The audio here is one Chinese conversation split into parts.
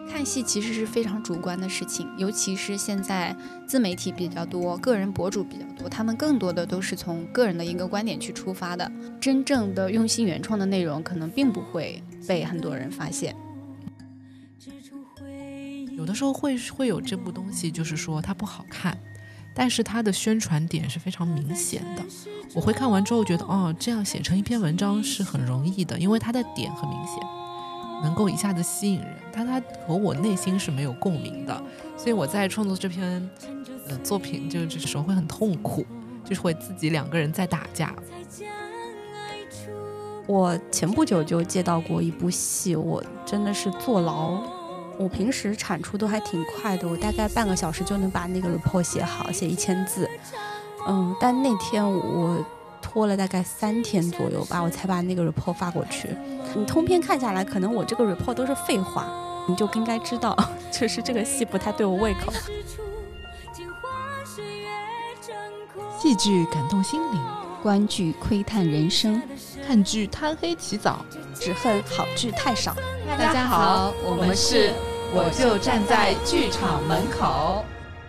看戏其实是非常主观的事情，尤其是现在自媒体比较多，个人博主比较多，他们更多的都是从个人的一个观点去出发的，真正的用心原创的内容可能并不会被很多人发现。 有的时候会有这部东西，就是说它不好看，但是它的宣传点是非常明显的。我会看完之后觉得，这样写成一篇文章是很容易的，因为它的点很明显，能够一下子吸引人，但它和我内心是没有共鸣的，所以我在创作这篇作品就这时候会很痛苦，就是会自己两个人在打架。 我前不久就接到过一部戏，我真的是坐牢。我平时产出都还挺快的，我大概半个小时就能把那个 report 写好，写1000字。但那天我拖了大概3天左右吧，我才把那个 report 发过去。你通篇看下来，可能我这个 report 都是废话，你就应该知道，就是这个戏不太对我胃口。 戏剧感动心灵， 观剧窥探人生， 看剧贪黑起早， 只恨好剧太少。 大家好，我们是我就站在剧场门口。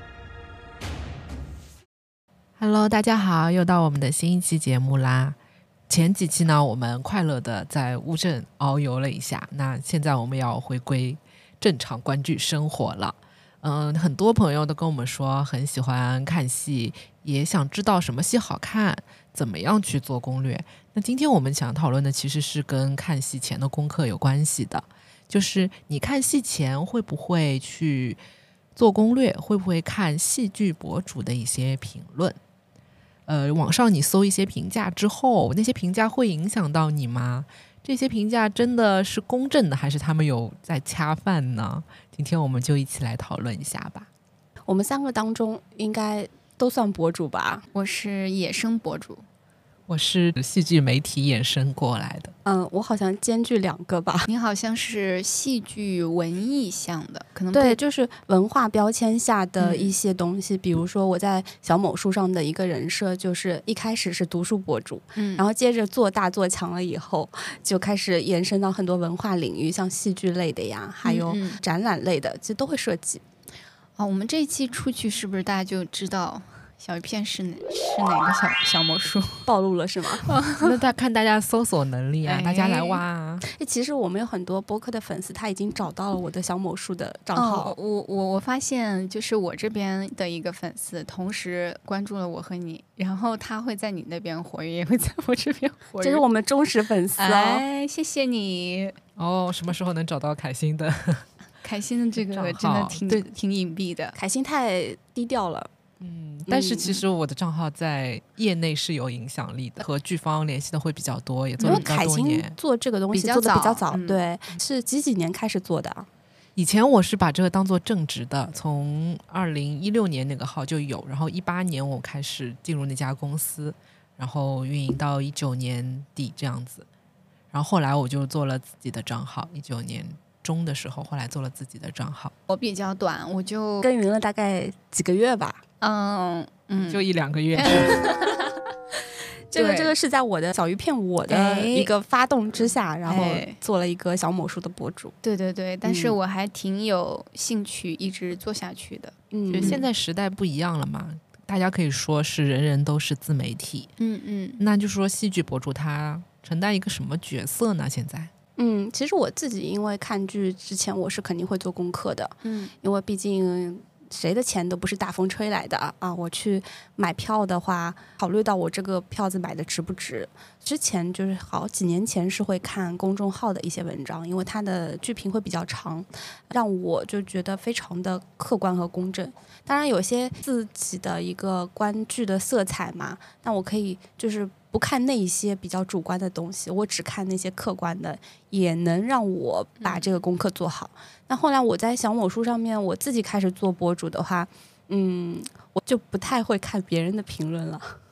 Hello， 大家好，又到我们的新一期节目啦。前几期呢，我们快乐的在乌镇遨游了一下，那现在我们要回归正常观剧生活了。很多朋友都跟我们说很喜欢看戏，也想知道什么戏好看，怎么样去做攻略。那今天我们想讨论的其实是跟看戏前的功课有关系的，就是你看戏前会不会去做攻略，会不会看戏剧博主的一些评论。网上你搜一些评价之后，那些评价会影响到你吗？这些评价真的是公正的，还是他们有在恰饭呢？今天我们就一起来讨论一下吧。 我们3个当中应该都算博主吧？ 我是野生博主， 我是戏剧媒体衍生过来的。 我好像兼具2个吧。 你好像是戏剧文艺向的，可能对，就是文化标签下的一些东西。比如说我在小某书上的一个人设，就是一开始是读书博主，然后接着做大做强了以后，就开始延伸到很多文化领域，像戏剧类的呀，还有展览类的，其实都会涉及。 我们这一期出去是不是大家就知道小鱼片是哪个小魔术暴露了是吗？ 那看大家搜索能力啊，大家来挖啊。 其实我们有很多播客的粉丝，他已经找到了我的小某书的账号。 我发现就是我这边的一个粉丝同时关注了我和你，然后他会在你那边活跃，也会在我这边活跃， 这是我们忠实粉丝谢谢你什么时候能找到凯欣的？ 凯欣的这个真的挺隐蔽的， 凯欣太低调了。 但是其实我的账号在业内是有影响力的，和剧方联系的会比较多，也做了比较多年。 凯欣做这个东西做的比较早，对，是几年开始做的啊？ 以前我是把这个当做正职的，从2016年那个号就有，然后18年我开始进入那家公司，然后运营到19年底这样子，然后后来我就做了自己的账号，19年中的时候，后来做了自己的账号。 我比较短，我就耕耘了大概几个月吧。 就1-2个月。 这个是在我的小鱼片我的一个发动之下，然后做了一个小某书的博主。 对，但是我还挺有兴趣一直做下去的。 就现在时代不一样了嘛，大家可以说是人人都是自媒体。那就说戏剧博主他承担一个什么角色呢？现在其实我自己因为看剧之前我是肯定会做功课的，因为毕竟谁的钱都不是大风吹来的啊！我去买票的话，考虑到我这个票子买的值不值，之前就是好几年前是会看公众号的一些文章，因为它的剧评会比较长，让我就觉得非常的客观和公正。当然有些自己的一个观剧的色彩嘛，那我可以就是不看那一些比较主观的东西，我只看那些客观的，也能让我把这个功课做好。那后来我在小某书上面我自己开始做博主的话，我就不太会看别人的评论了。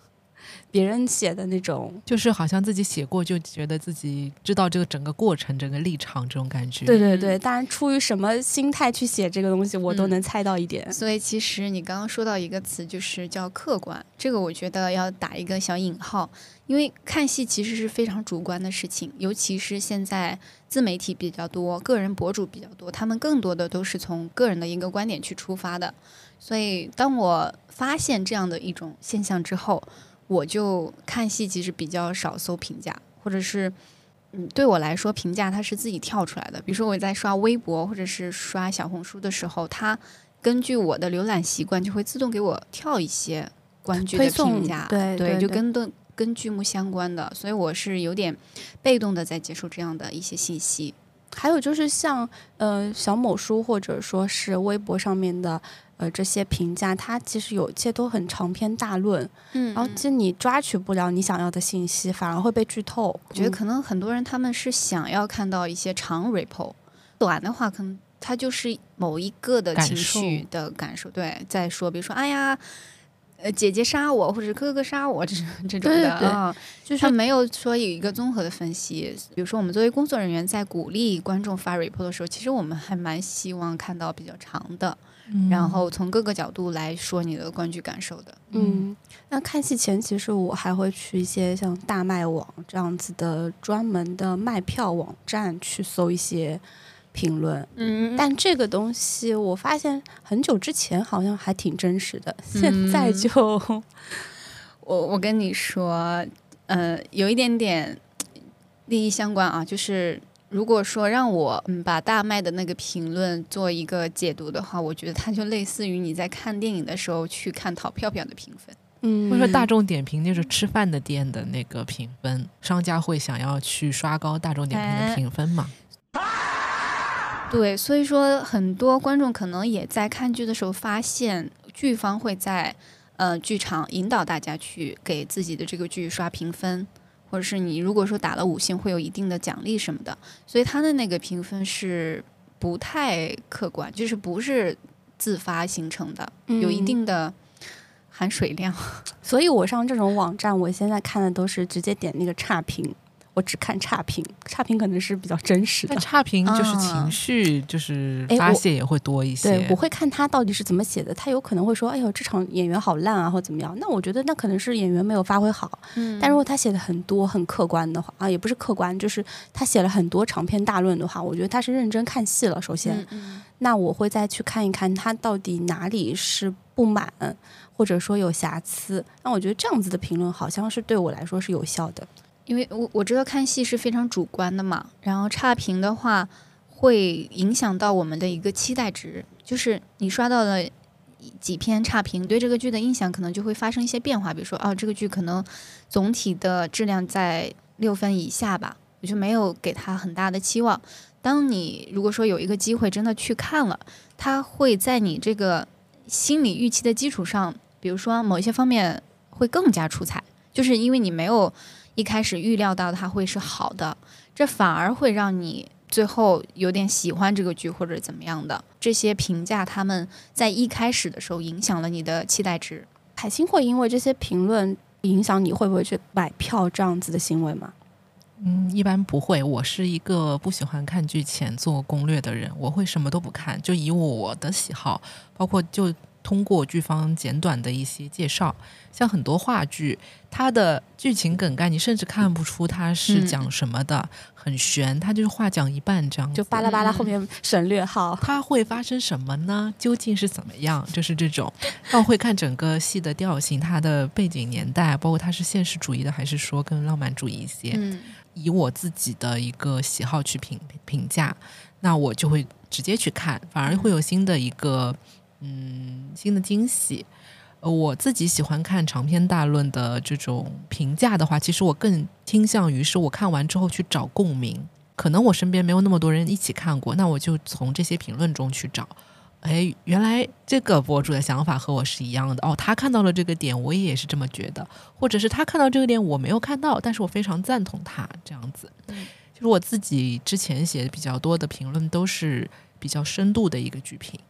别人写的那种， 就是好像自己写过就觉得自己知道这个整个过程整个立场这种感觉。 对对对，当然出于什么心态去写这个东西我都能猜到一点。 所以其实你刚刚说到一个词就是叫客观，这个我觉得要打一个小引号，因为看戏其实是非常主观的事情，尤其是现在自媒体比较多，个人博主比较多，他们更多的都是从个人的一个观点去出发的。所以当我发现这样的一种现象之后，我就看戏其实比较少搜评价，或者是对我来说评价它是自己跳出来的。比如说我在刷微博或者是刷小红书的时候，它根据我的浏览习惯就会自动给我跳一些观剧的评价， 对， 就跟剧目相关的，所以我是有点被动的在接受这样的一些信息。 还有就是像小某书或者说是微博上面的这些评价，它其实有些都很长篇大论，然后其实你抓取不了你想要的信息，反而会被剧透。 我觉得可能很多人他们是想要看到一些长 report， 短的话可能它就是某一个的情绪的感受，对，再说比如说哎呀姐姐杀我或者哥哥杀我这种的， 对， 就是他没有说有一个综合的分析。比如说我们作为工作人员在鼓励观众发 report 的时候，其实我们还蛮希望看到比较长的，然后从各个角度来说你的观剧感受的。 那看戏前其实我还会去一些像大麦网这样子的专门的卖票网站去搜一些评论，但这个东西我发现很久之前好像还挺真实的，现在就我跟你说有一点点利益相关啊，就是如果说让我把大麦的那个评论做一个解读的话，我觉得它就类似于你在看电影的时候去看淘票票的评分， 或者说大众点评就是吃饭的店的那个评分，商家会想要去刷高大众点评的评分嘛？ 对，所以说很多观众可能也在看剧的时候发现剧方会在剧场引导大家去给自己的这个剧刷评分，或者是你如果说打了5星会有一定的奖励什么的，所以他的那个评分是不太客观，就是不是自发形成的，有一定的含水量。 所以我上这种网站我现在看的都是直接点那个差评，我只看差评，差评可能是比较真实的。 但差评就是情绪，就是发泄也会多一些。 对，我会看他到底是怎么写的。他有可能会说：“哎呦，这场演员好烂啊，或怎么样。”那我觉得那可能是演员没有发挥好。但如果他写的很多很客观的话啊，也不是客观，就是他写了很多长篇大论的话，我觉得他是认真看戏了。首先，那我会再去看一看他到底哪里是不满，或者说有瑕疵。那我觉得这样子的评论好像是对我来说是有效的。 因为我知道看戏是非常主观的嘛，然后差评的话会影响到我们的一个期待值，就是你刷到了几篇差评，对这个剧的印象可能就会发生一些变化。比如说这个剧可能总体的质量在6分以下吧，我就没有给它很大的期望。当你如果说有一个机会真的去看了，它会在你这个心理预期的基础上，比如说某一些方面会更加出彩，就是因为你没有一开始预料到它会是好的，这反而会让你最后有点喜欢这个剧或者怎么样的。这些评价他们在一开始的时候影响了你的期待值。 海星会因为这些评论影响你会不会去买票这样子的行为吗？ 一般不会。我是一个不喜欢看剧前做攻略的人，我会什么都不看，就以我的喜好，包括就通过剧方简短的一些介绍，像很多话剧它的剧情梗概你甚至看不出它是讲什么的，很悬，它就是话讲一半这样子， 就巴拉巴拉后面省略号， 它会发生什么呢？究竟是怎么样？就是这种。那我会看整个戏的调性，它的背景年代，包括它是现实主义的还是说更浪漫主义一些，以我自己的一个喜好去评价，那我就会直接去看，反而会有新的一个新的惊喜。我自己喜欢看长篇大论的这种评价的话，其实我更倾向于是我看完之后去找共鸣，可能我身边没有那么多人一起看过，那我就从这些评论中去找，原来这个博主的想法和我是一样的，他看到了这个点我也是这么觉得，或者是他看到这个点我没有看到，但是我非常赞同他，这样子。就是我自己之前写的比较多的评论都是比较深度的一个剧评。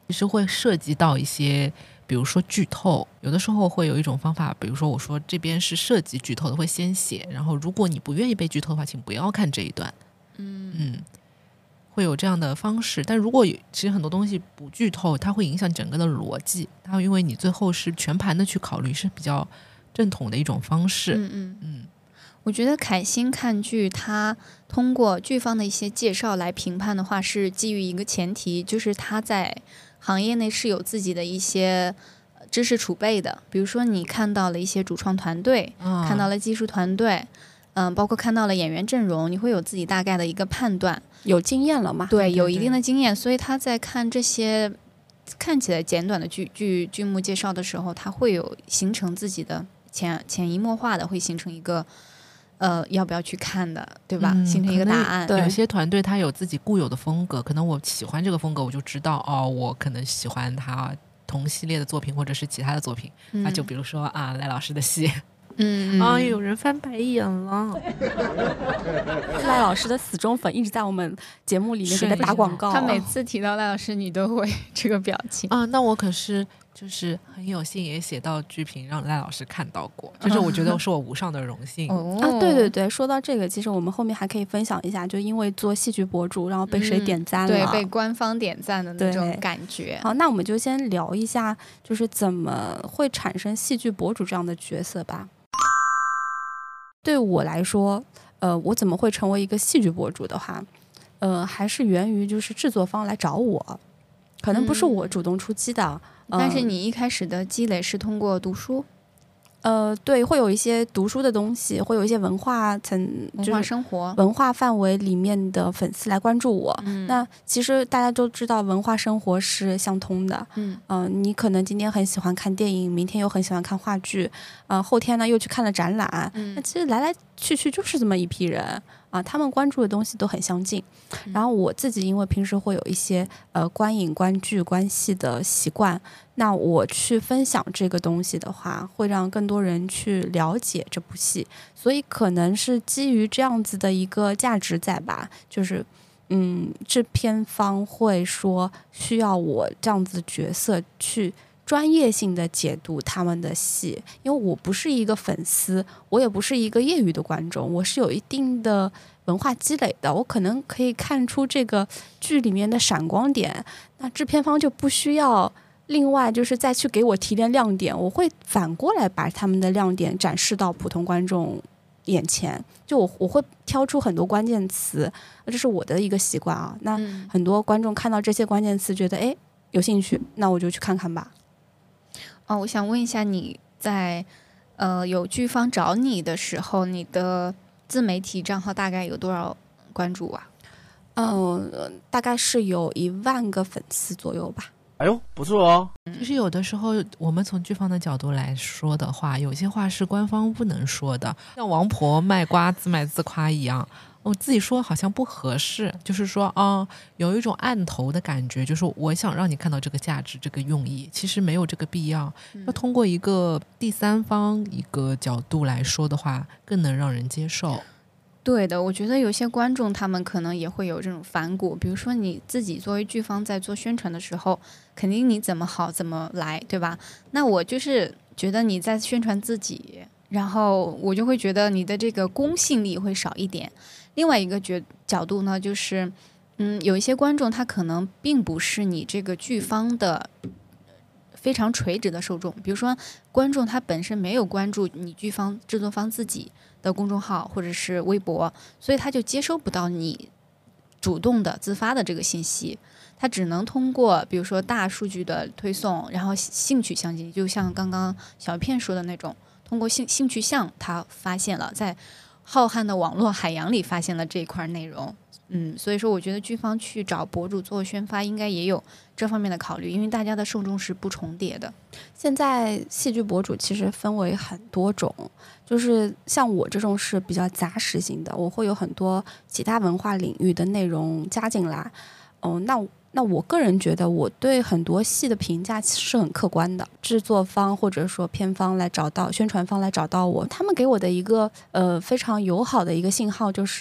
其实会涉及到一些比如说剧透，有的时候会有一种方法，比如说我说这边是涉及剧透的，会先写，然后如果你不愿意被剧透的话，请不要看这一段。会有这样的方式。但如果其实很多东西不剧透，它会影响整个的逻辑，它因为你最后是全盘的去考虑，是比较正统的一种方式。 我觉得凯欣看剧，他通过剧方的一些介绍来评判的话，是基于一个前提，就是他在行业内是有自己的一些知识储备的。比如说你看到了一些主创团队，看到了技术团队，包括看到了演员阵容，你会有自己大概的一个判断， 有经验了嘛？ 对，有一定的经验，所以他在看这些看起来简短的剧目介绍的时候，他会有形成自己的潜移默化的会形成一个要不要去看的，对吧？形成一个答案。 有些团队他有自己固有的风格，可能我喜欢这个风格，我就知道我可能喜欢他同系列的作品或者是其他的作品。那就比如说赖老师的戏。有人翻白眼了。 赖老师的死忠粉一直在我们节目里面给他打广告， 他每次提到赖老师，你都会这个表情那我可是就是很有幸也写到剧评让赖老师看到过，就是我觉得是我无上的荣幸。 对对对，说到这个，其实我们后面还可以分享一下，就因为做戏剧博主，然后被谁点赞了， 对，被官方点赞的那种感觉。 好，那我们就先聊一下，就是怎么会产生戏剧博主这样的角色吧。对我来说，我怎么会成为一个戏剧博主的话，还是源于就是制作方来找我，可能不是我主动出击的。 但是你一开始的积累是通过读书？ 对，会有一些读书的东西，会有一些文化生活、 文化范围里面的粉丝来关注我。那其实大家都知道，文化生活是相通的。你可能今天很喜欢看电影，明天又很喜欢看话剧，后天呢又去看了展览。那其实来来去去就是这么一批人他们关注的东西都很相近。然后我自己因为平时会有一些观影、观剧、观戏的习惯。那我去分享这个东西的话，会让更多人去了解这部戏，所以可能是基于这样子的一个价值在吧，就是制片方会说需要我这样子角色去专业性的解读他们的戏，因为我不是一个粉丝，我也不是一个业余的观众，我是有一定的文化积累的，我可能可以看出这个剧里面的闪光点，那制片方就不需要另外就是再去给我提炼亮点，我会反过来把他们的亮点展示到普通观众眼前，就我会挑出很多关键词，这是我的一个习惯那很多观众看到这些关键词觉得有兴趣，那我就去看看吧。 我想问一下，你在有剧方找你的时候，你的自媒体账号大概有多少关注啊？ 大概是有1万个粉丝左右吧。 哎呦，不错哦。 其实有的时候我们从剧方的角度来说的话，有些话是官方不能说的，像王婆卖瓜自卖自夸一样，我自己说好像不合适，就是说有一种暗投的感觉，就是我想让你看到这个价值这个用意，其实没有这个必要，要通过一个第三方一个角度来说的话更能让人接受。 对的，我觉得有些观众他们可能也会有这种反骨，比如说你自己作为剧方在做宣传的时候，肯定你怎么好怎么来，对吧？那我就是觉得你在宣传自己，然后我就会觉得你的这个公信力会少一点。另外一个角度呢，就是有一些观众他可能并不是你这个剧方的非常垂直的受众，比如说观众他本身没有关注你剧方制作方自己的公众号或者是微博，所以他就接收不到你主动的自发的这个信息，他只能通过比如说大数据的推送，然后兴趣相近，就像刚刚小片说的那种，通过兴趣项他发现了，在浩瀚的网络海洋里发现了这一块内容。所以说我觉得剧方去找博主做宣发应该也有这方面的考虑，因为大家的受众是不重叠的。 现在戏剧博主其实分为很多种，就是像我这种是比较杂食型的，我会有很多其他文化领域的内容加进来。那我个人觉得我对很多戏的评价是很客观的，制作方或者说片方来找到宣传方来找到我，他们给我的一个非常友好的一个信号就是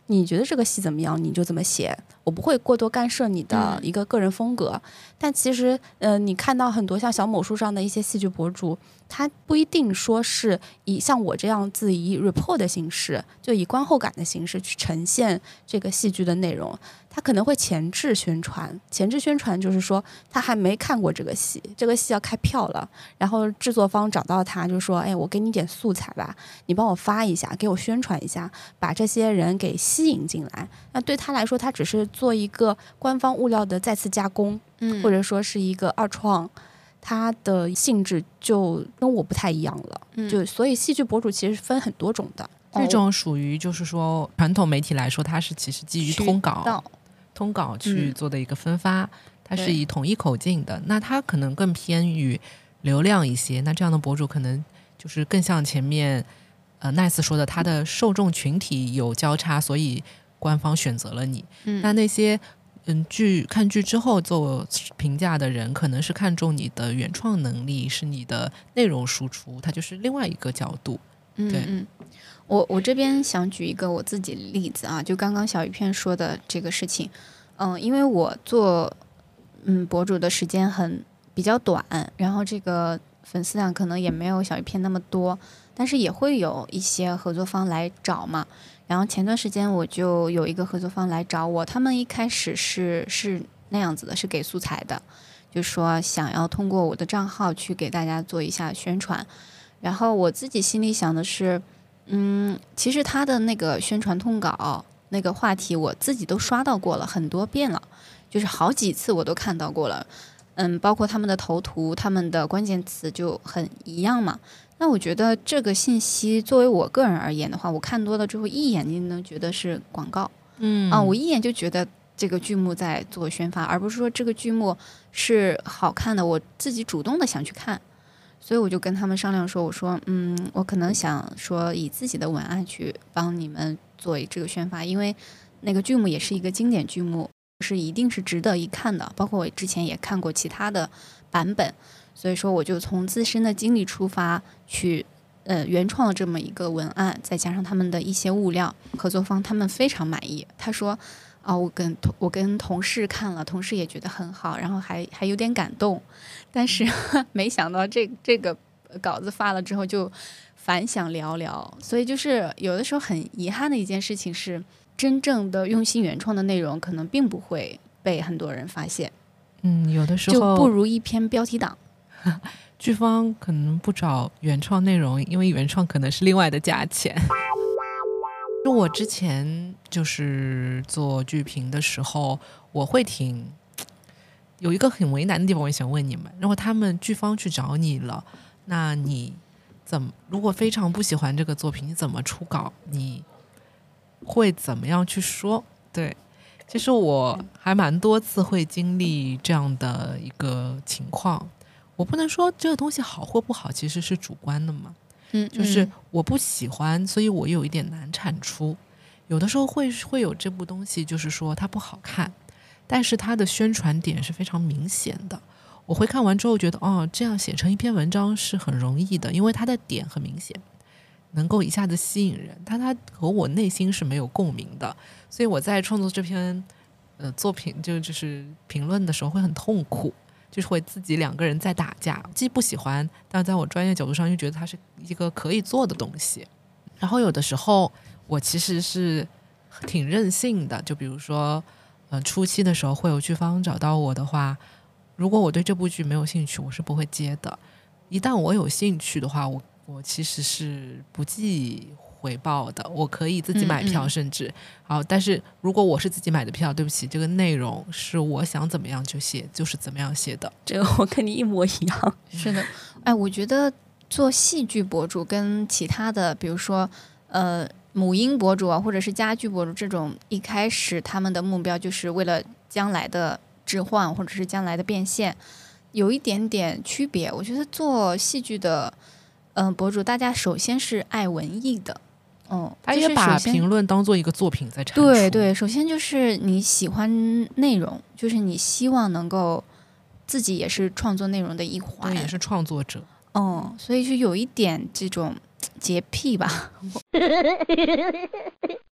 你觉得这个戏怎么样你就怎么写，我不会过多干涉你的一个个人风格。但其实你看到很多像小某书上的一些戏剧博主，他不一定说是以像我这样子以 report 的形式，就以观后感的形式去呈现这个戏剧的内容，他可能会前置宣传。前置宣传就是说他还没看过这个戏，这个戏要开票了，然后制作方找到他就说，哎，我给你点素材吧，你帮我发一下，给我宣传一下，把这些人给吸引进来。那对他来说，他只是做一个官方物料的再次加工，或者说是一个二创，它的性质就跟我不太一样了。就所以戏剧博主其实分很多种的， 这种属于就是说传统媒体来说，它是其实基于通稿去做的一个分发，它是以统一口径的。那它可能更偏于流量一些，那这样的博主可能就是更像前面Nice 说的，他的受众群体有交叉，所以官方选择了你。那些看剧之后做评价的人，可能是看重你的原创能力，是你的内容输出，它就是另外一个角度。对， 我这边想举一个我自己的例子啊，就刚刚小鱼片说的这个事情。因为我做博主的时间比较短，然后这个粉丝量可能也没有小鱼片那么多，但是也会有一些合作方来找嘛。然后前段时间我就有一个合作方来找我，他们一开始是那样子的，是给素材的，就说想要通过我的账号去给大家做一下宣传。然后我自己心里想的是，其实他的那个宣传通稿那个话题我自己都刷到过了很多遍了，就是好几次我都看到过了。包括他们的头图，他们的关键词就很一样嘛。那我觉得这个信息作为我个人而言的话，我看多了之后一眼就能觉得是广告。我一眼就觉得这个剧目在做宣发，而不是说这个剧目是好看的，我自己主动的想去看。所以我就跟他们商量说，我说我可能想说以自己的文案去帮你们做这个宣发，因为那个剧目也是一个经典剧目，是一定是值得一看的，包括我之前也看过其他的版本。所以说我就从自身的经历出发去原创了这么一个文案，再加上他们的一些物料，合作方他们非常满意。他说我跟同事看了，同事也觉得很好，然后还有点感动。但是没想到这个稿子发了之后就反响寥寥。所以就是有的时候很遗憾的一件事情是，真正的用心原创的内容可能并不会被很多人发现。 有的时候就不如一篇标题党。 剧方可能不找原创内容，因为原创可能是另外的价钱。就我之前就是做剧评的时候，我会有一个很为难的地方，我想问你们：如果他们剧方去找你了，那你如果非常不喜欢这个作品，你怎么出稿？你会怎么样去说？对，其实我还蛮多次会经历这样的一个情况。我不能说这个东西好或不好，其实是主观的嘛。就是我不喜欢，所以我有一点难产出。有的时候会有这部东西，就是说它不好看，但是它的宣传点是非常明显的。我会看完之后觉得，这样写成一篇文章是很容易的，因为它的点很明显，能够一下子吸引人。它和我内心是没有共鸣的，所以我在创作这篇作品就是评论的时候会很痛苦。就是会自己两个人在打架，既不喜欢，但在我专业角度上又觉得它是一个可以做的东西。然后有的时候我其实是挺任性的，就比如说初期的时候会有剧方找到我的话，如果我对这部剧没有兴趣，我是不会接的。一旦我有兴趣的话，我其实是不计回报的，我可以自己买票，甚至好。但是如果我是自己买的票，对不起，这个内容是我想怎么样就写，就是怎么样写的。 这个我跟你一模一样。 是的，我觉得做戏剧博主跟其他的，比如说母婴博主啊，或者是家居博主这种，一开始他们的目标就是为了将来的置换或者是将来的变现，有一点点区别。我觉得做戏剧的博主，大家首先是爱文艺的。 他也把评论当做一个作品在产出。 对，首先就是你喜欢内容，就是你希望能够自己也是创作内容的一环， 也是创作者。 所以就有一点这种洁癖吧。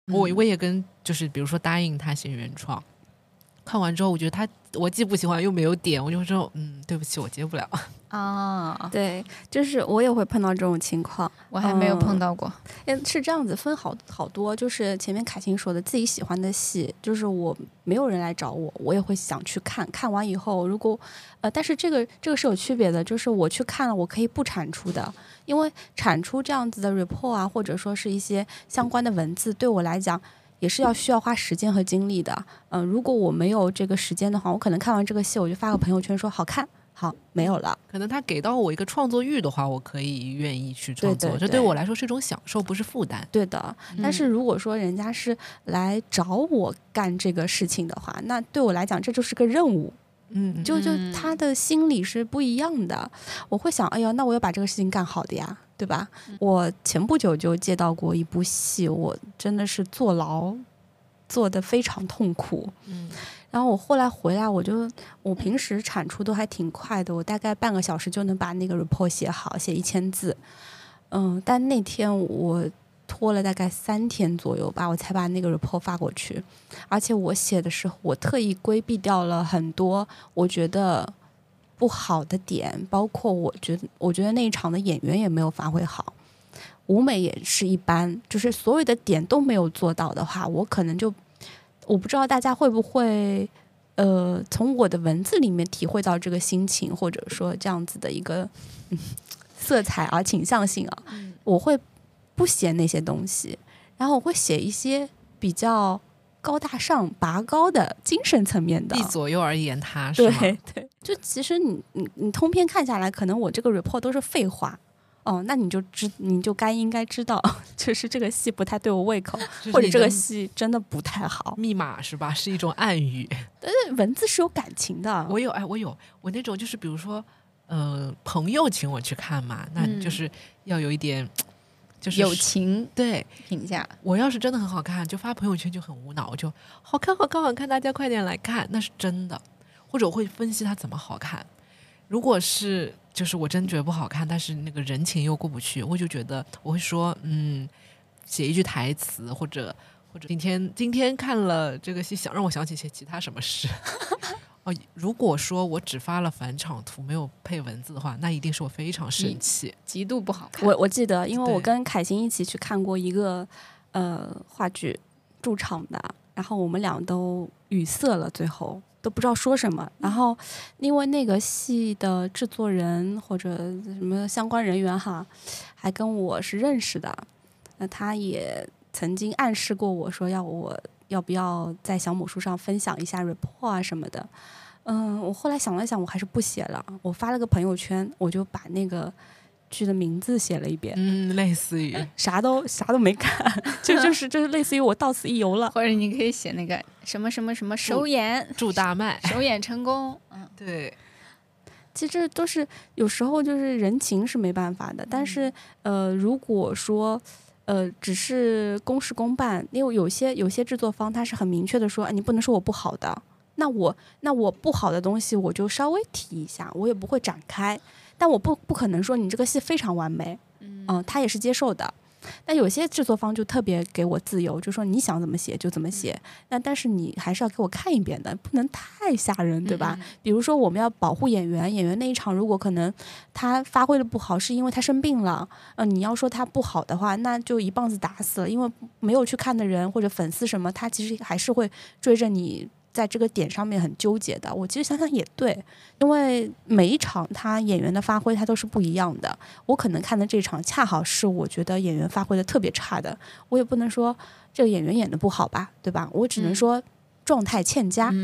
我也跟就是比如说答应他写原创，看完之后我觉得我既不喜欢又没有点，我就说对不起我接不了啊。 对，就是我也会碰到这种情况， 我还没有碰到过。 是这样子，分好多，就是前面凯欣说的自己喜欢的戏，就是我没有人来找我，我也会想去看，看完以后如果但是这个是有区别的，就是我去看了我可以不产出的，因为产出这样子的 report 啊，或者说是一些相关的文字，对我来讲也是需要花时间和精力的。如果我没有这个时间的话，我可能看完这个戏我就发个朋友圈说好看，好，没有了。 可能他给到我一个创作欲的话，我可以愿意去创作，这对我来说是一种享受，不是负担。 对的，但是如果说人家是来找我干这个事情的话，那对我来讲这就是个任务。就他的心理是不一样的。我会想，哎呀，那我要把这个事情干好的呀，对吧？我前不久就接到过一部戏，我真的是坐牢做得非常痛苦。然后我后来回来，我平时产出都还挺快的，我大概半个小时就能把那个 report 写好，写1000字。但那天我拖了大概3天左右吧，我才把那个 report 发过去。而且我写的时候，我特意规避掉了很多我觉得不好的点，包括我觉得那一场的演员也没有发挥好，舞美也是一般，就是所有的点都没有做到的话，我可能我不知道大家会不会从我的文字里面体会到这个心情，或者说这样子的一个色彩啊、倾向性啊，我会不写那些东西，然后我会写一些比较高大上、拔高的精神层面的， 一左右而言他，是吗？ 对，就其实你通篇看下来，可能我这个 report 都是废话。那你就应该知道，就是这个戏不太对我胃口，或者这个戏真的不太好。 密码是吧？是一种暗语。 但是文字是有感情的。 我那种就是比如说，朋友请我去看嘛，那就是要有一点，就是友情对评价。 我要是真的很好看，就发朋友圈就很无脑，就好看好看好看，大家快点来看，那是真的。或者我会分析它怎么好看。如果是就是我真觉得不好看，但是那个人情又过不去，我就觉得我会说写一句台词，或者今天看了这个戏，让我想起些其他什么事。如果说我只发了返场图没有配文字的话，那一定是我非常生气， 极度不好看。 我记得，因为我跟凯欣一起去看过一个话剧驻场的，然后我们俩都语塞了，最后都不知道说什么。然后因为那个戏的制作人或者什么相关人员哈，还跟我是认识的，那他也曾经暗示过我说要不要在小母书上分享一下 report 啊什么的。我后来想了想，我还是不写了，我发了个朋友圈，我就把那个剧的名字写了一遍， 类似于啥都没干，就是类似于我到此一游了。 或者你可以写那个什么什么什么首演， 祝大卖， 首演成功。 对， 其实这都是有时候就是人情是没办法的，但是如果说只是公事公办，因为有些制作方他是很明确的说，你不能说我不好的，那我不好的东西我就稍微提一下，我也不会展开，但我不可能说你这个戏非常完美，他也是接受的。但有些制作方就特别给我自由，就说你想怎么写就怎么写，但是你还是要给我看一遍的，不能太吓人，对吧？比如说我们要保护演员那一场，如果可能他发挥的不好是因为他生病了，你要说他不好的话，那就一棒子打死了，因为没有去看的人或者粉丝什么，他其实还是会追着你在这个点上面很纠结的。我其实想想也对，因为每一场他演员的发挥他都是不一样的，我可能看的这场恰好是我觉得演员发挥的特别差的，我也不能说这个演员演的不好吧，对吧？我只能说状态欠佳。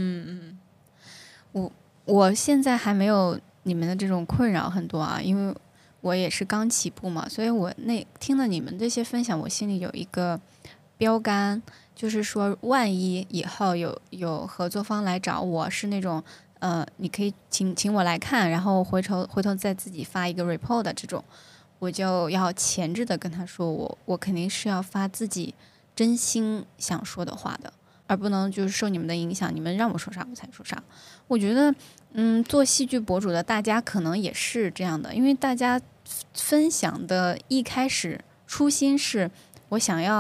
我现在还没有你们的这种困扰很多啊，因为我也是刚起步嘛，所以我听了你们这些分享，我心里有一个标杆，就是说万一以后有合作方来找我，是那种你可以请我来看，然后回头再自己发一个 report 的这种，我就要前置的跟他说，我肯定是要发自己真心想说的话的，而不能就是受你们的影响，你们让我说啥我才说啥。我觉得做戏剧博主的大家可能也是这样的，因为大家分享的一开始初心是我想要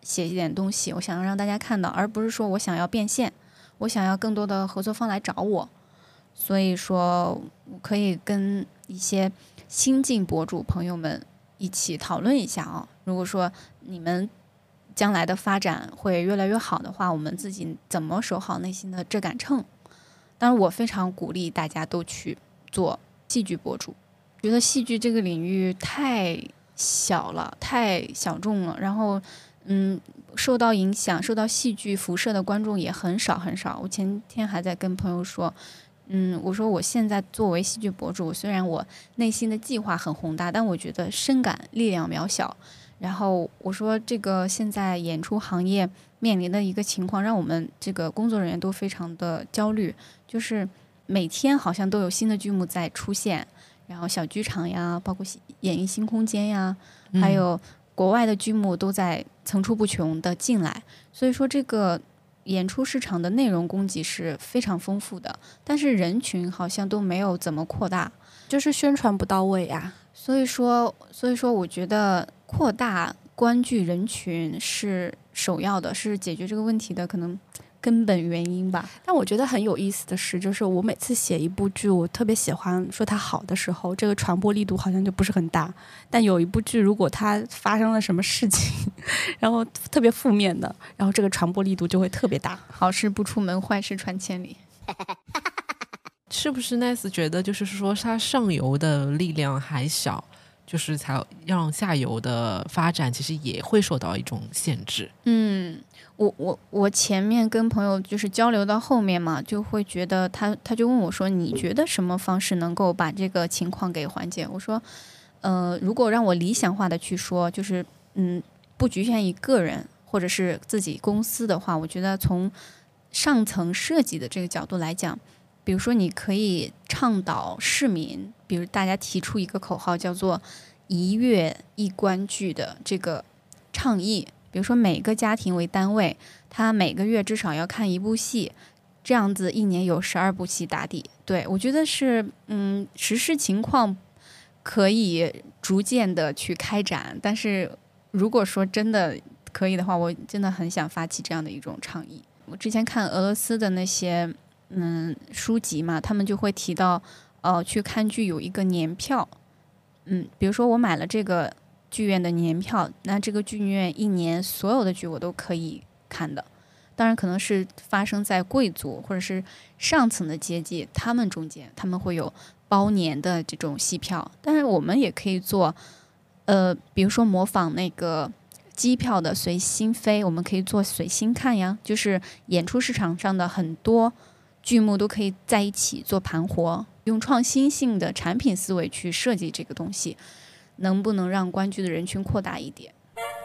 写一点东西，我想要让大家看到，而不是说我想要变现，我想要更多的合作方来找我。所以说我可以跟一些新晋博主朋友们一起讨论一下啊，如果说你们将来的发展会越来越好的话，我们自己怎么守好内心的这杆秤。当然我非常鼓励大家都去做戏剧博主，觉得戏剧这个领域太小了，太小众了，然后受到影响受到戏剧辐射的观众也很少很少。我前天还在跟朋友说，我说我现在作为戏剧博主，虽然我内心的计划很宏大，但我觉得深感力量渺小。然后我说这个现在演出行业面临的一个情况，让我们这个工作人员都非常的焦虑，就是每天好像都有新的剧目在出现，然后小剧场呀，包括演艺新空间呀，还有国外的剧目都在层出不穷的进来。所以说这个演出市场的内容供给是非常丰富的，但是人群好像都没有怎么扩大， 就是宣传不到位啊。 所以说我觉得扩大观剧人群是首要的，是解决这个问题的可能根本原因吧。 但我觉得很有意思的是，就是我每次写一部剧，我特别喜欢说它好的时候，这个传播力度好像就不是很大。但有一部剧，如果它发生了什么事情，然后特别负面的，然后这个传播力度就会特别大。 好事不出门，坏事传千里。 是不是 Nice 觉得就是说它上游的力量还小，就是才让下游的发展其实也会受到一种限制？ 我前面跟朋友就是交流到后面嘛，就会觉得他就问我说，你觉得什么方式能够把这个情况给缓解？我说如果让我理想化的去说，就是不局限于个人或者是自己公司的话，我觉得从上层设计的这个角度来讲，比如说你可以倡导市民，比如大家提出一个口号叫做1月1观剧的这个倡议，比如说每个家庭为单位，他每个月至少要看1部戏，这样子1年有12部戏打底。对，我觉得是实施情况可以逐渐的去开展，但是如果说真的可以的话，我真的很想发起这样的一种倡议。我之前看俄罗斯的那些书籍嘛，他们就会提到去看剧有一个年票，比如说我买了这个剧院的年票，那这个剧院1年所有的剧我都可以看的。当然可能是发生在贵族或者是上层的阶级，他们中间他们会有包年的这种戏票，但是我们也可以做比如说模仿那个机票的随心飞，我们可以做随心看呀，就是演出市场上的很多剧目都可以在一起做盘活，用创新性的产品思维去设计这个东西，能不能让观剧的人群扩大一点？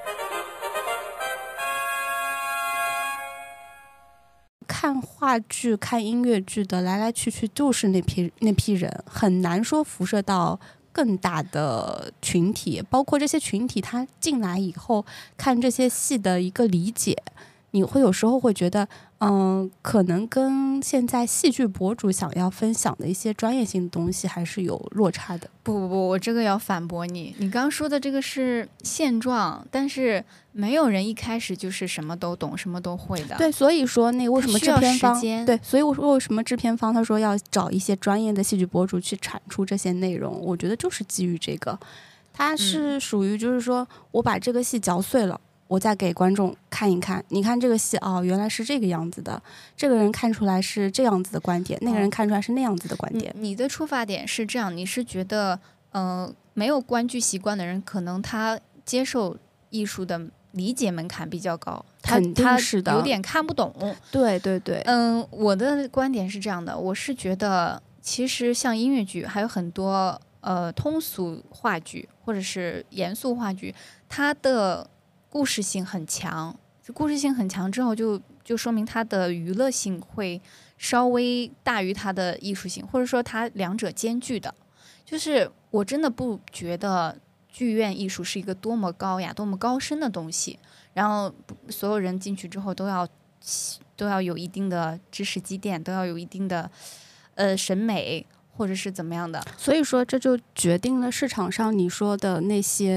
看话剧、看音乐剧的来来去去就是那批人，很难说辐射到更大的群体，包括这些群体他进来以后看这些戏的一个理解，你会有时候会觉得可能跟现在戏剧博主想要分享的一些专业性的东西还是有落差的。 不，我这个要反驳你，你刚刚说的这个是现状，但是没有人一开始就是什么都懂什么都会的。 对，所以说那为什么制片方对， 所以为什么制片方他说要找一些专业的戏剧博主去产出这些内容，我觉得就是基于这个，它是属于就是说我把这个戏嚼碎了，我再给观众看一看，你看这个戏原来是这个样子的，这个人看出来是这样子的观点，那个人看出来是那样子的观点。 你的出发点是这样，你是觉得没有观剧习惯的人，可能他接受艺术的理解门槛比较高， 肯定是的， 有点看不懂。 对对对， 我的观点是这样的，我是觉得其实像音乐剧还有很多通俗话剧或者是严肃话剧，它的故事性很强，故事性很强之后就说明它的娱乐性会稍微大于它的艺术性，或者说它两者兼具的。就是我真的不觉得剧院艺术是一个多么高雅多么高深的东西，然后所有人进去之后都要有一定的知识积淀，都要有一定的审美或者是怎么样的。 所以说这就决定了市场上你说的那些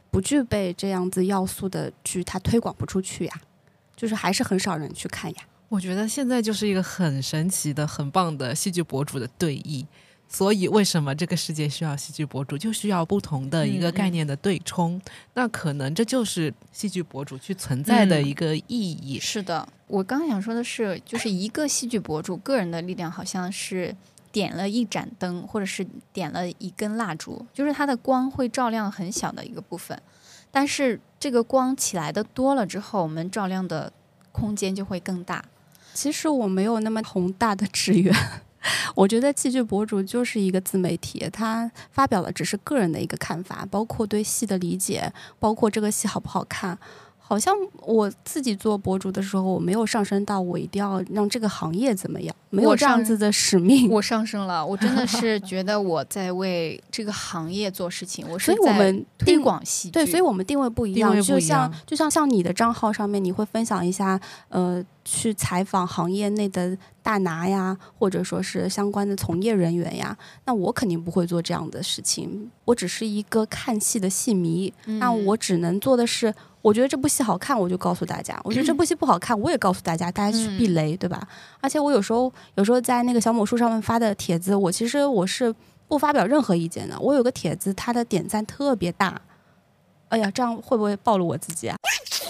不具备这样子要素的剧，它推广不出去呀，就是还是很少人去看呀。 我觉得现在就是一个很神奇的、很棒的戏剧博主的对弈。所以为什么这个世界需要戏剧博主，就需要不同的一个概念的对冲，那可能这就是戏剧博主去存在的一个意义。 是的，我刚想说的是，就是一个戏剧博主个人的力量好像是点了一盏灯，或者是点了一根蜡烛，就是它的光会照亮很小的一个部分，但是这个光起来的多了之后，我们照亮的空间就会更大。 其实我没有那么宏大的志愿，我觉得戏剧博主就是一个自媒体，他发表的只是个人的一个看法，包括对戏的理解，包括这个戏好不好看。好像我自己做博主的时候，我没有上升到我一定要让这个行业怎么样，没有这样子的使命。 我上升了，我真的是觉得我在为这个行业做事情，我是在推广戏剧。 对，所以我们定位不一样。就像你的账号上面，你会分享一下去采访行业内的大拿呀，或者说是相关的从业人员呀，那我肯定不会做这样的事情。我只是一个看戏的戏迷，那我只能做的是，我觉得这部戏好看，我就告诉大家；我觉得这部戏不好看，我也告诉大家，大家去避雷，对吧？而且我有时候在那个小某书上面发的帖子，我是不发表任何意见的。我有个帖子，它的点赞特别大。哎呀，这样会不会暴露我自己啊？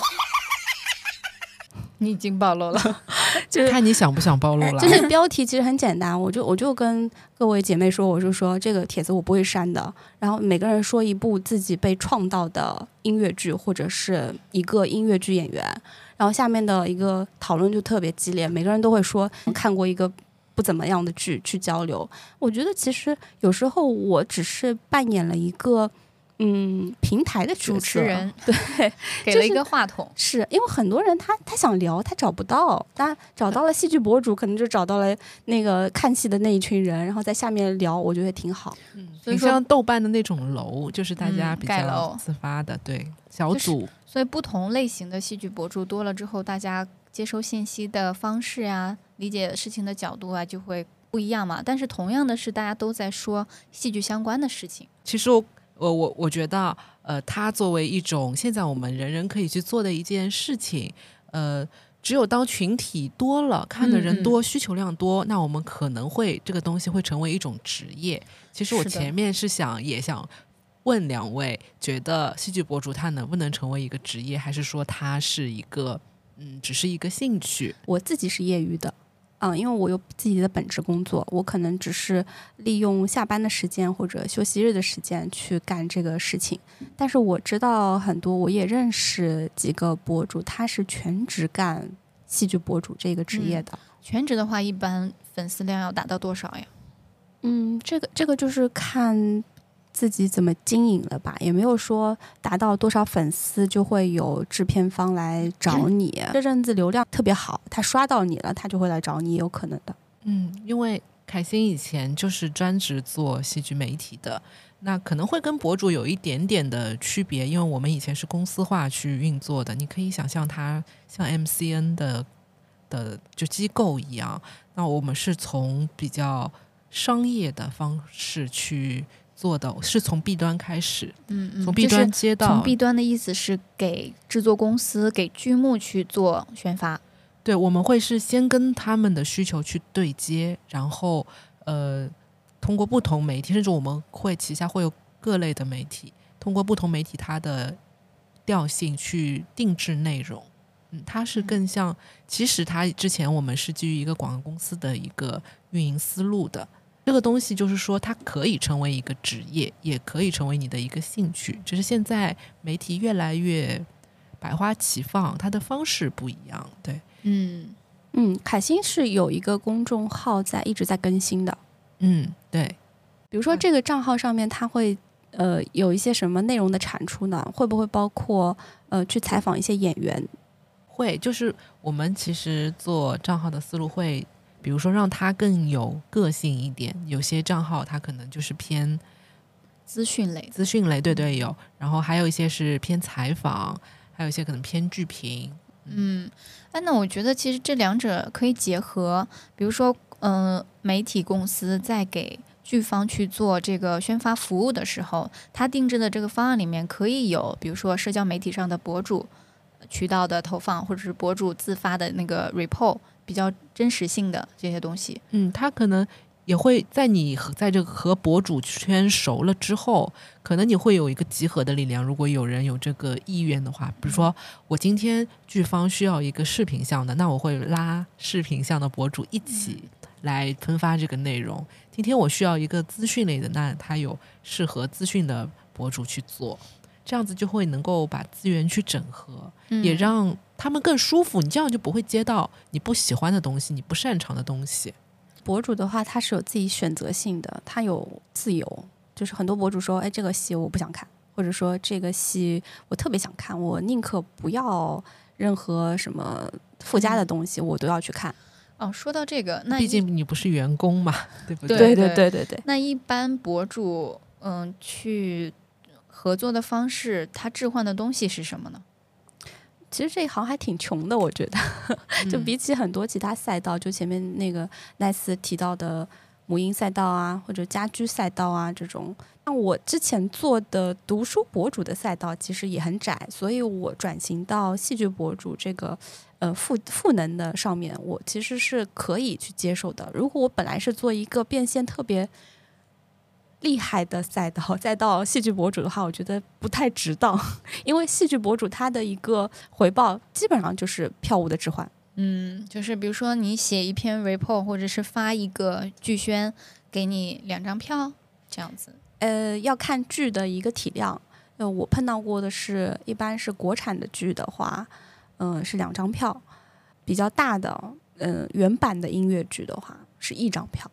你已经暴露了， 就是看你想不想暴露了。 就是标题其实很简单，我就跟各位姐妹说，我就说这个帖子我不会删的。然后每个人说一部自己被创到的音乐剧，或者是一个音乐剧演员，然后下面的一个讨论就特别激烈，每个人都会说看过一个不怎么样的剧去交流。我觉得其实有时候我只是扮演了一个平台的主持人， 对， 给了一个话筒， 是因为很多人他想聊，他找不到，他找到了戏剧博主，可能就找到了那个看戏的那一群人，然后在下面聊，我觉得挺好。 所以像豆瓣的那种楼，就是大家比较自发的，对小组、 所以不同类型的戏剧博主多了之后，大家接收信息的方式啊，理解事情的角度啊，就会不一样嘛。但是同样的是，大家都在说戏剧相关的事情。 其实我觉得，它作为一种现在我们人人可以去做的一件事情，只有当群体多了，看的人多，需求量多，那我们可能会这个东西会成为一种职业。其实我前面也想问两位，觉得戏剧博主他能不能成为一个职业，还是说他是一个只是一个兴趣？ 我自己是业余的。因为我有自己的本职工作，我可能只是利用下班的时间或者休息日的时间去干这个事情。但是我知道很多，我也认识几个博主，他是全职干戏剧博主这个职业的。 全职的话，一般粉丝量要达到多少呀？ 这个就是看自己怎么经营了吧，也没有说达到多少粉丝就会有制片方来找你。这阵子流量特别好，他刷到你了，他就会来找你，也有可能的。 因为凯欣以前就是专职做戏剧媒体的，那可能会跟博主有一点点的区别，因为我们以前是公司化去运作的，你可以想象它像 MCN 的就机构一样，那我们是从比较商业的方式去做的，是从 B 端开始，从 B 端接到， 从 B 端的意思是给制作公司、给剧目去做宣发。 对，我们会是先跟他们的需求去对接，然后通过不同媒体，甚至我们会旗下会有各类的媒体，通过不同媒体它的调性去定制内容。它是更像，其实它之前我们是基于一个广告公司的一个运营思路的。这个东西就是说它可以成为一个职业，也可以成为你的一个兴趣，只是现在媒体越来越百花齐放，它的方式不一样。对， 凯欣是有一个公众号一直在更新的。 对， 比如说这个账号上面它会有一些什么内容的产出呢？会不会包括去采访一些演员？ 会，就是我们其实做账号的思路会，比如说让它更有个性一点，有些账号它可能就是偏资讯类， 对有，然后还有一些是偏采访，还有一些可能偏剧评。 那我觉得其实这两者可以结合，比如说媒体公司在给剧方去做这个宣发服务的时候，他定制的这个方案里面可以有比如说社交媒体上的博主渠道的投放，或者是博主自发的那个 report 比较真实性的这些东西。 他可能也会在你在这个和博主圈熟了之后，可能你会有一个集合的力量。如果有人有这个意愿的话，比如说我今天剧方需要一个视频项的，那我会拉视频项的博主一起来分发这个内容。今天我需要一个资讯类的，那他有适合资讯的博主去做，这样子就会能够把资源去整合，也让他们更舒服。你这样就不会接到你不喜欢的东西，你不擅长的东西。 博主的话他是有自己选择性的，他有自由，就是很多博主说这个戏我不想看，或者说这个戏我特别想看，我宁可不要任何什么附加的东西，我都要去看。 说到这个，那毕竟你不是员工嘛，对不对？对。 那一般博主去合作的方式，他置换的东西是什么呢？ 其实这一行还挺穷的，我觉得就比起很多其他赛道，就前面那个奈斯提到的母婴赛道啊，或者家居赛道啊这种，那我之前做的读书博主的赛道其实也很窄，所以我转型到戏剧博主这个赋能的上面，我其实是可以去接受的。如果我本来是做一个变现特别厉害的赛道，再到戏剧博主的话，我觉得不太值当，因为戏剧博主他的一个回报基本上就是票务的置换。 就是比如说你写一篇 report， 或者是发一个剧宣，给你2张票这样子。 要看剧的一个体量。我碰到过的是，一般是国产的剧的话，是2张票；比较大的，原版的音乐剧的话是1张票。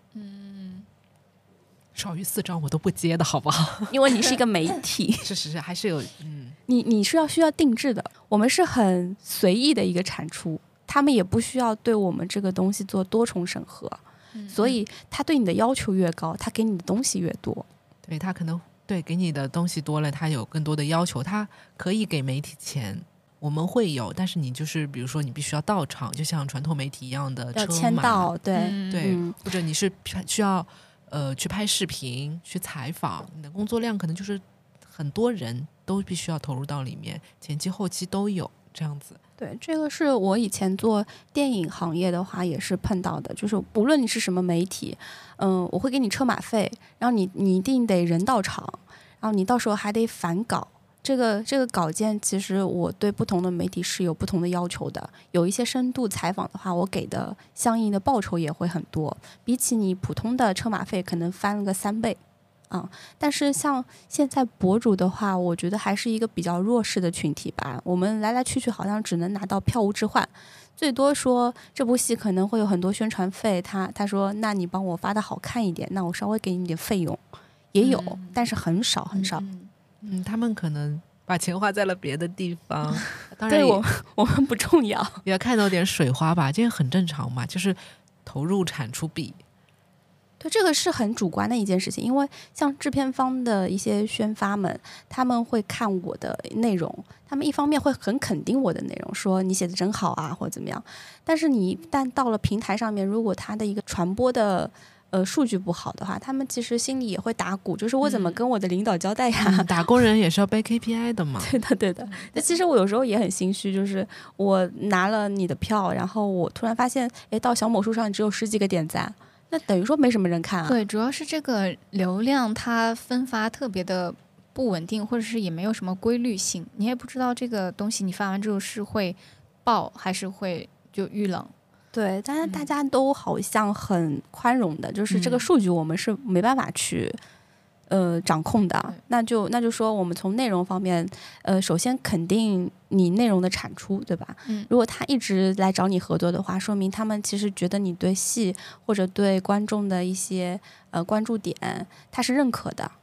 少于4张我都不接的好不好？ 因为你是一个媒体。 是还是有你是需要定制的，我们是很随意的一个产出，他们也不需要对我们这个东西做多重审核，所以他对你的要求越高，他给你的东西越多。 对，他可能对给你的东西多了，他有更多的要求，他可以给媒体钱，我们会有，但是你就是比如说你必须要到场，就像传统媒体一样的车要签到，对、 或者你是需要去拍视频去采访，你的工作量可能就是很多人都必须要投入到里面，前期后期都有这样子。 对，这个是我以前做电影行业的话也是碰到的，就是无论你是什么媒体，我会给你车马费，然后你一定得人到场，然后你到时候还得返稿。这个稿件其实我对不同的媒体是有不同的要求的，有一些深度采访的话，我给的相应的报酬也会很多，比起你普通的车马费可能翻了个3倍。但是像现在博主的话，我觉得还是一个比较弱势的群体吧。我们来来去去好像只能拿到票务置换，最多说这部戏可能会有很多宣传费，他说那你帮我发的好看一点，那我稍微给你点费用，也有，但是很少很少。 他们可能把钱花在了别的地方，当然对我们不重要， 也要看到点水花吧，这个很正常嘛，就是投入产出比。 对，这个是很主观的一件事情，因为像制片方的一些宣发们，他们会看我的内容，他们一方面会很肯定我的内容，说你写的真好啊，或者怎么样。但是你一旦到了平台上面，如果他的一个传播的数据不好的话，他们其实心里也会打鼓，就是我怎么跟我的领导交代呀？ 打工人也是要背 KPI 的嘛。 对的。那其实我有时候也很心虚，就是我拿了你的票，然后我突然发现，到小某书上只有10几个点赞。那等于说没什么人看啊。 对，主要是这个流量它分发特别的不稳定，或者是也没有什么规律性，你也不知道这个东西你发完之后是会爆还是会就遇冷。 对，但是大家都好像很宽容的，就是这个数据我们是没办法去掌控的。那就说我们从内容方面，首先肯定你内容的产出，对吧？如果他一直来找你合作的话，说明他们其实觉得你对戏或者对观众的一些关注点，他是认可的。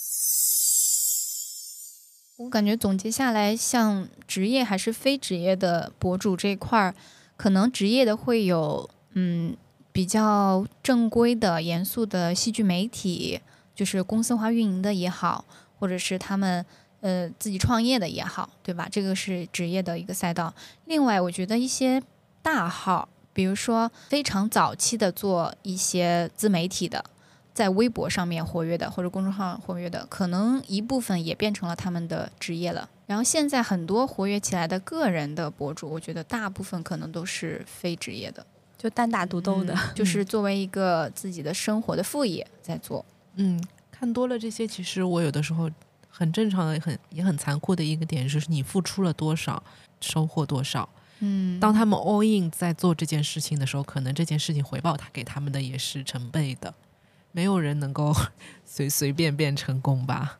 我感觉总结下来，像职业还是非职业的博主这一块，可能职业的会有比较正规的严肃的戏剧媒体，就是公司化运营的也好，或者是他们自己创业的也好，对吧？这个是职业的一个赛道。另外我觉得一些大号，比如说非常早期的做一些自媒体的， 在微博上面活跃的或者公众号活跃的，可能一部分也变成了他们的职业了。然后现在很多活跃起来的个人的博主，我觉得大部分可能都是非职业的， 就单打独斗的， 就是作为一个自己的生活的副业在做。 看多了这些，其实我有的时候很正常的、也很残酷的一个点，就是你付出了多少，收获多少。当他们 all in 在做这件事情的时候，可能这件事情回报他给他们的也是成倍的。没有人能够随随便便成功吧。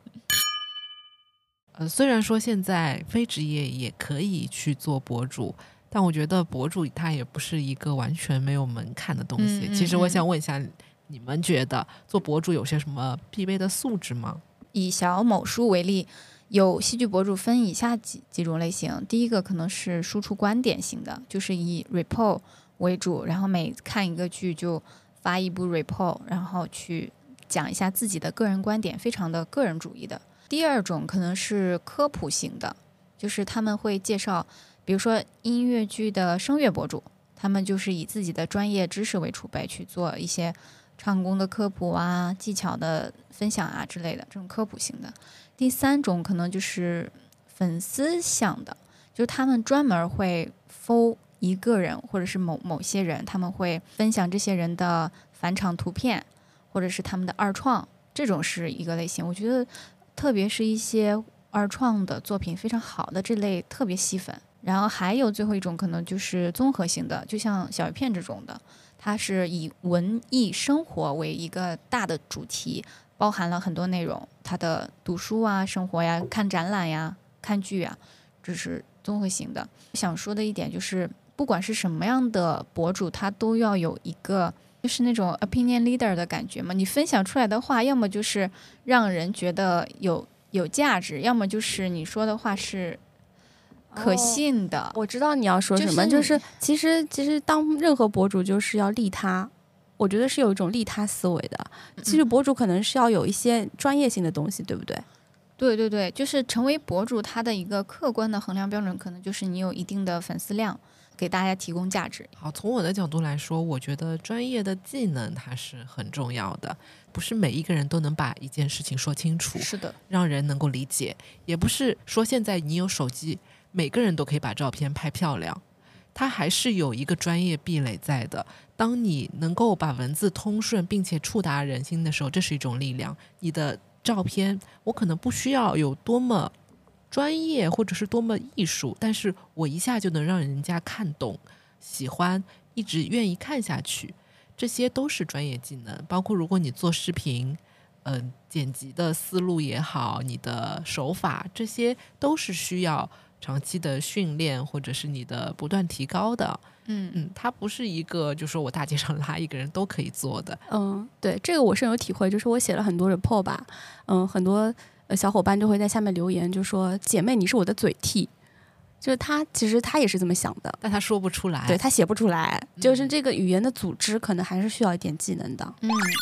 虽然说现在非职业也可以去做博主，但我觉得博主他也不是一个完全没有门槛的东西。其实我想问一下，你们觉得做博主有些什么必备的素质吗？ 以小某书为例，有戏剧博主分以下几种类型。第一个可能是输出观点型的，就是以 report 为主，然后每看一个剧就发一部 report， 然后去讲一下自己的个人观点，非常的个人主义的。第二种可能是科普型的，就是他们会介绍，比如说音乐剧的声乐博主，他们就是以自己的专业知识为储备去做一些唱功的科普啊、技巧的分享啊之类的，这种科普型的。第三种可能就是粉丝向的，就是他们专门会 follow 一个人或者是某些人，他们会分享这些人的返场图片或者是他们的二创，这种是一个类型。我觉得特别是一些二创的作品非常好的这类特别吸粉。然后还有最后一种可能就是综合型的，就像小鱼片这种的，它是以文艺生活为一个大的主题，包含了很多内容，它的读书啊、生活呀、看展览呀、看剧啊，这是综合型的。想说的一点就是，不管是什么样的博主，他都要有一个就是那种 opinion leader 的感觉嘛。你分享出来的话，要么就是让人觉得有价值，要么就是你说的话是可信的。 我知道你要说什么，就是其实当任何博主就是要利他，我觉得是有一种利他思维的。其实博主可能是要有一些专业性的东西，对不对？ 对对对，就是成为博主，他的一个客观的衡量标准，可能就是你有一定的粉丝量，给大家提供价值。 好，从我的角度来说，我觉得专业的技能它是很重要的，不是每一个人都能把一件事情说清楚， 是的， 让人能够理解，也不是说现在你有手机，每个人都可以把照片拍漂亮，它还是有一个专业壁垒在的。当你能够把文字通顺并且触达人心的时候，这是一种力量。你的照片我可能不需要有多么专业或者是多么艺术，但是我一下就能让人家看懂、喜欢，一直愿意看下去，这些都是专业技能。包括如果你做视频剪辑的思路也好，你的手法，这些都是需要长期的训练或者是你的不断提高的。它不是一个就说我大街上拉一个人都可以做的。 对，这个我深有体会，就是我写了很多 report 吧，很多小伙伴就会在下面留言，就说姐妹你是我的嘴替，就是其实他也是这么想的， 但他说不出来， 对，他写不出来，就是这个语言的组织可能还是需要一点技能的。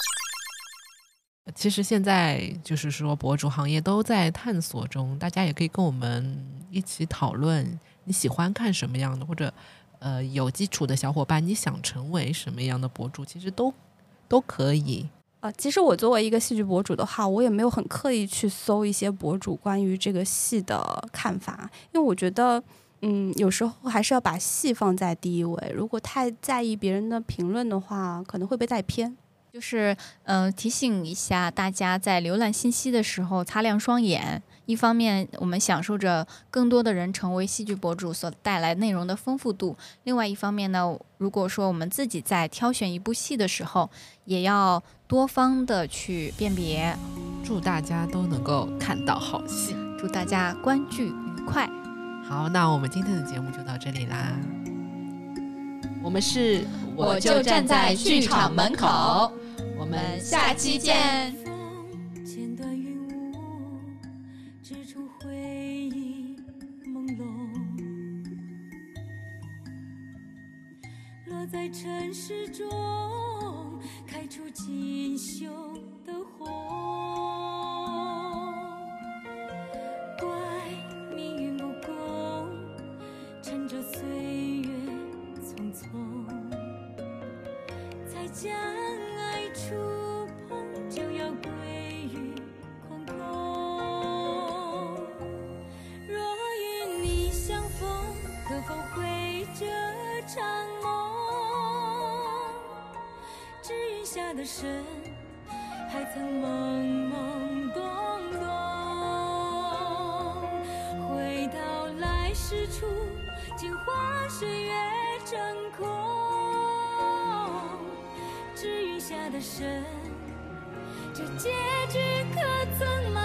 其实现在就是说博主行业都在探索中，大家也可以跟我们一起讨论你喜欢看什么样的，或者有基础的小伙伴你想成为什么样的博主，其实都可以。 其实我作为一个戏剧博主的话，我也没有很刻意去搜一些博主关于这个戏的看法，因为我觉得有时候还是要把戏放在第一位，如果太在意别人的评论的话，可能会被带偏。 就是提醒一下大家，在浏览信息的时候擦亮双眼。一方面我们享受着更多的人成为戏剧博主所带来内容的丰富度，另外一方面呢，如果说我们自己在挑选一部戏的时候，也要多方的去辨别。 祝大家都能够看到好戏， 祝大家观剧愉快。 好，那我们今天的节目就到这里啦。我们是我就站在剧场门口，我们下期见。 剪断云雾，织出回忆朦胧，落在尘世中，开出锦绣的红。怪命运不公，趁着岁月匆匆，才将爱触碰。 下的神，还曾懵懵懂懂。回到来时处，镜花水月真空。至于下的神，这结局可曾